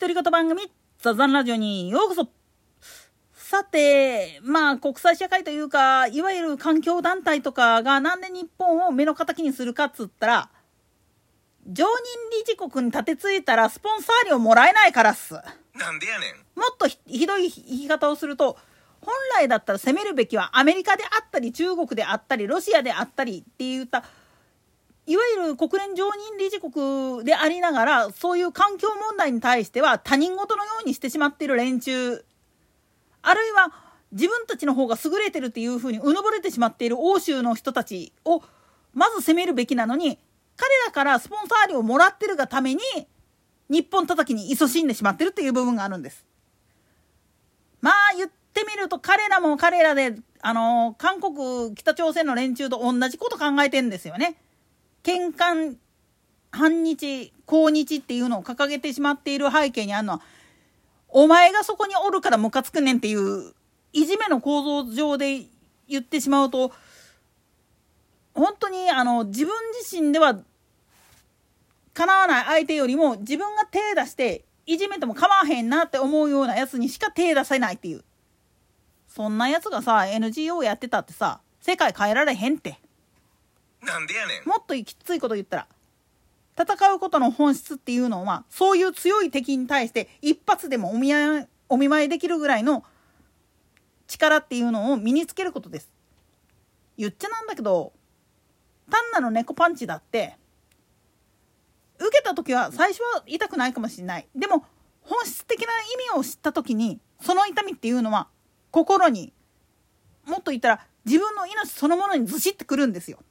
独り言番組ザザンラジオにようこそ。さて、国際社会というか、いわゆる環境団体とかがなんで日本を目の敵にするかっつったら、常任理事国に立てついたらスポンサー料もらえないからっす。 なんでやねん。 もっとひどい言い方をすると、本来だったら攻めるべきはアメリカであったり中国であったりロシアであったりって言ったいわゆる国連常任理事国でありながら、そういう環境問題に対しては他人事のようにしてしまっている連中、あるいは自分たちの方が優れてるっていうふうにうぬぼれてしまっている欧州の人たちをまず責めるべきなのに、彼らからスポンサー料をもらってるがために日本叩きに勤しんでしまってるっていう部分があるんです。言ってみると彼らも彼らで韓国北朝鮮の連中と同じこと考えてるんですよね。喧嘩反日抗日っていうのを掲げてしまっている背景にあるのは、お前がそこにおるからムカつくねんっていういじめの構造上で言ってしまうと、本当に自分自身では叶わない相手よりも自分が手出していじめても構わへんなって思うようなやつにしか手出せないっていう、そんなやつがさ NGO やってたってさ世界変えられへんって。 なんでやねん。 もっときついこと言ったら、戦うことの本質っていうのはそういう強い敵に対して一発でもお見舞いできるぐらいの力っていうのを身につけることです。言っちゃなんだけど、単なる猫パンチだって受けた時は最初は痛くないかもしれない。でも本質的な意味を知った時にその痛みっていうのは心に、もっと言ったら自分の命そのものにずしってくるんですよ。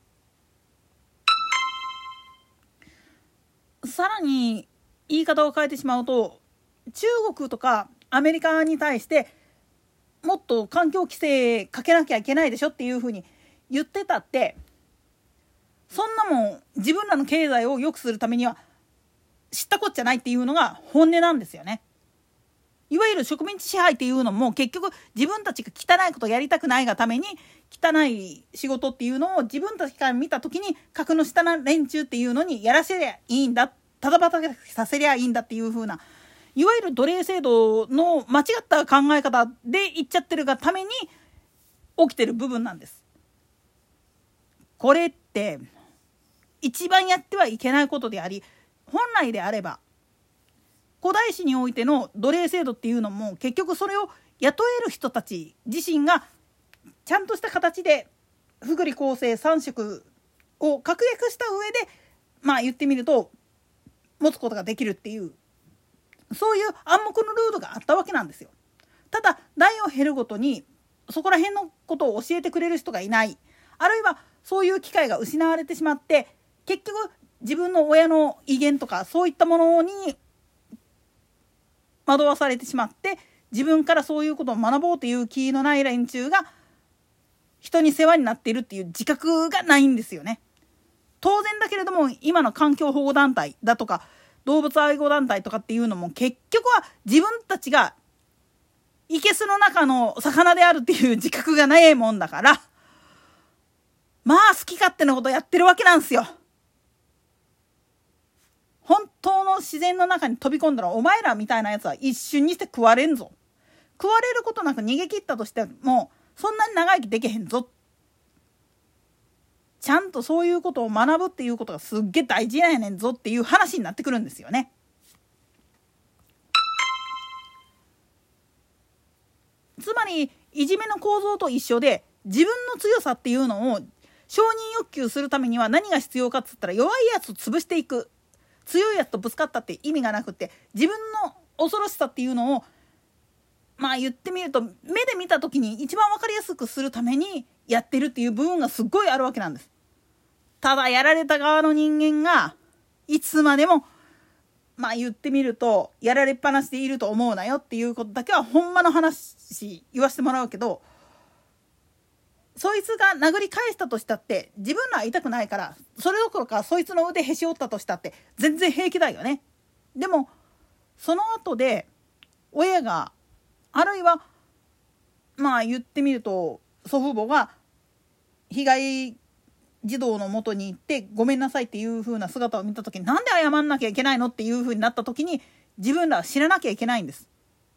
さらに言い方を変えてしまうと、中国とかアメリカに対してもっと環境規制かけなきゃいけないでしょっていうふうに言ってたって、そんなもん自分らの経済を良くするためには知ったこっちゃないっていうのが本音なんですよね。いわゆる植民地支配っていうのも結局自分たちが汚いことをやりたくないがために汚い仕事っていうのを自分たちから見た時に格の下な連中っていうのにやらせりゃいいんだ、ただ働きさせりゃいいんだっていう風な、いわゆる奴隷制度の間違った考え方で言っちゃってるがために起きてる部分なんです。これって一番やってはいけないことであり、本来であれば古代史においての奴隷制度っていうのも結局それを雇える人たち自身がちゃんとした形で福利厚生3食を確約した上で言ってみると持つことができるっていう、そういう暗黙のルールがあったわけなんですよ。ただ代を経るごとにそこら辺のことを教えてくれる人がいない、あるいはそういう機会が失われてしまって結局自分の親の威厳とかそういったものに惑わされてしまって、自分からそういうことを学ぼうという気のない連中が人に世話になっているっていう自覚がないんですよね。当然だけれども今の環境保護団体だとか動物愛護団体とかっていうのも結局は自分たちが生けすの中の魚であるっていう自覚がないもんだから、好き勝手なことやってるわけなんですよ。本当の自然の中に飛び込んだらお前らみたいなやつは一瞬にして食われんぞ。食われることなく逃げ切ったとしてもそんなに長生きできへんぞ。ちゃんとそういうことを学ぶっていうことがすっげえ大事やねんぞっていう話になってくるんですよね。つまりいじめの構造と一緒で、自分の強さっていうのを承認欲求するためには何が必要かっつったら弱いやつを潰していく。強いやつとぶつかったって意味がなくて、自分の恐ろしさっていうのを言ってみると目で見た時に一番分かりやすくするためにやってるっていう部分がすっごいあるわけなんです。ただやられた側の人間がいつまでも言ってみるとやられっぱなしでいると思うなよっていうことだけはほんまの話言わせてもらうけど、そいつが殴り返したとしたって自分らは痛くないから、それどころかそいつの腕へし折ったとしたって全然平気だよね。でもその後で親が、あるいは言ってみると祖父母が被害児童の元に行ってごめんなさいっていう風な姿を見た時に、なんで謝んなきゃいけないのっていう風になった時に自分らは知らなきゃいけないんです。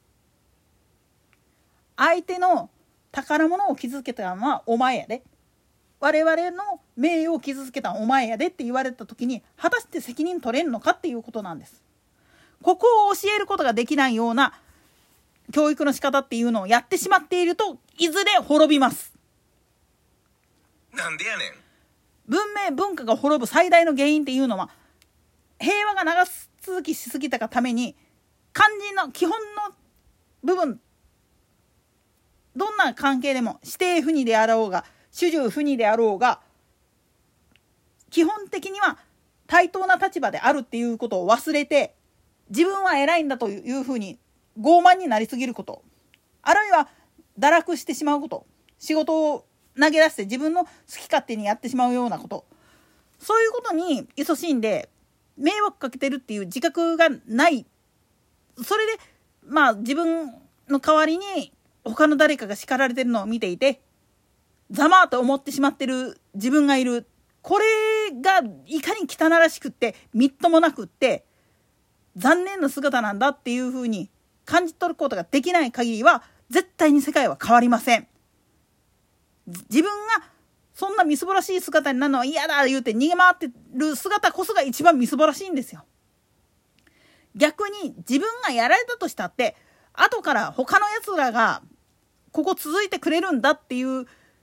相手の宝物を傷つけたのはお前やで、我々の名誉を傷つけたのはお前やでって言われた時に、果たして責任取れるのかっていうことなんです。ここを教えることができないような教育の仕方っていうのをやってしまっていると、いずれ滅びます。 なんでやねん。 文明文化が滅ぶ最大の原因っていうのは、平和が長続きしすぎたがために、肝心の基本の部分、どんな関係でも指定不二であろうが主従不二であろうが、基本的には対等な立場であるっていうことを忘れて、自分は偉いんだというふうに傲慢になりすぎること、あるいは堕落してしまうこと、仕事を投げ出して自分の好き勝手にやってしまうようなこと、そういうことに勤しんで迷惑かけてるっていう自覚がない。それで自分の代わりに他の誰かが叱られてるのを見ていて、ざまーと思ってしまってる自分がいる。これがいかに汚らしくってみっともなくって残念な姿なんだっていうふうに感じ取ることができない限りは、絶対に世界は変わりません。自分がそんなみすぼらしい姿になるのは嫌だ言うて逃げ回ってる姿こそが一番みすぼらしいんですよ。逆に自分がやられたとしたって、後から他のやつらがここ続いてくれるんだっていう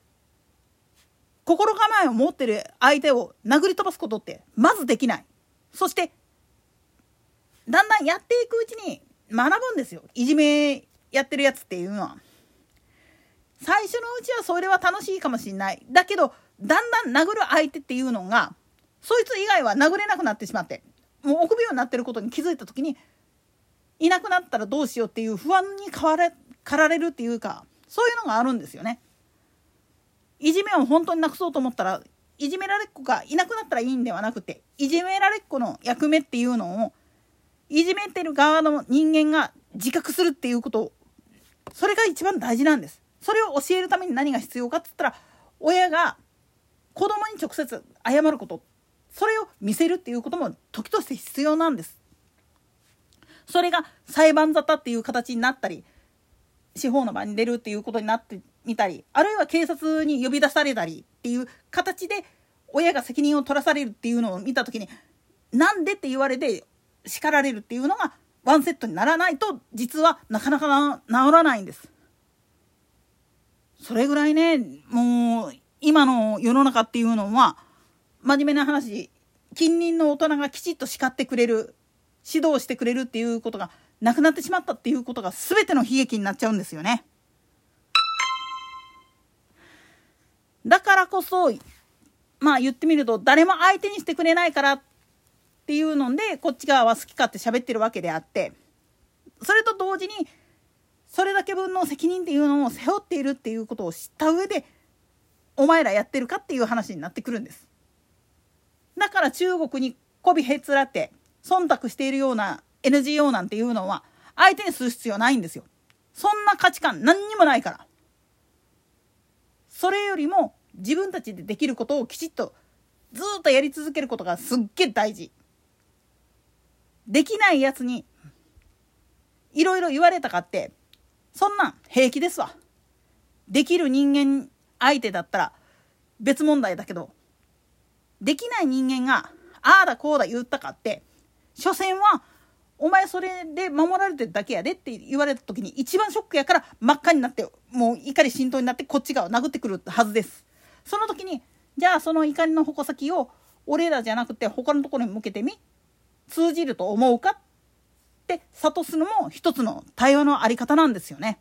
心構えを持ってる相手を殴り飛ばすことってまずできない。そしてだんだんやっていくうちに学ぶんですよ。いじめやってるやつっていうのは。最初のうちはそれは楽しいかもしれない。だけどだんだん殴る相手っていうのが、そいつ以外は殴れなくなってしまって、もう臆病になってることに気づいた時に、いなくなったらどうしようっていう不安に駆られるっていうか、そういうのがあるんですよね。いじめを本当になくそうと思ったら、いじめられっ子がいなくなったらいいんではなくて、いじめられっ子の役目っていうのをいじめてる側の人間が自覚するっていうこと、それが一番大事なんです。それを教えるために何が必要かって言ったら、親が子供に直接謝ること、それを見せるっていうことも時として必要なんです。それが裁判沙汰っていう形になったり、司法の場に出るっていうことになってみたり、あるいは警察に呼び出されたりっていう形で親が責任を取らされるっていうのを見たときに、なんでって言われて叱られるっていうのがワンセットにならないと、実はなかなか治らないんです。それぐらいね、もう今の世の中っていうのは、真面目な話、近隣の大人がきちっと叱ってくれる、指導してくれるっていうことがなくなってしまったっていうことが全ての悲劇になっちゃうんですよね。だからこそ言ってみると、誰も相手にしてくれないからっていうのでこっち側は好き勝手喋ってるわけであって、それと同時にそれだけ分の責任っていうのを背負っているっていうことを知った上で、お前らやってるかっていう話になってくるんです。だから中国に媚びへつらって忖度しているような NGO なんていうのは相手にする必要ないんですよ。そんな価値観何にもないから。それよりも自分たちでできることをきちっとずっとやり続けることがすっげえ大事。できないやつにいろいろ言われたかって、そんなん平気ですわ。できる人間相手だったら別問題だけど、できない人間がああだこうだ言ったかって、所詮はお前それで守られてるだけやでって言われた時に一番ショックやから真っ赤になって、もう怒り心頭になってこっち側を殴ってくるはずです。その時にじゃあその怒りの矛先を俺らじゃなくて他のところに向けてみ、通じると思うかって諭すのも一つの対話のあり方なんですよね。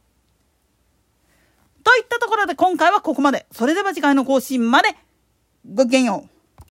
といったところで今回はここまで。それでは次回の更新までごきげんよう。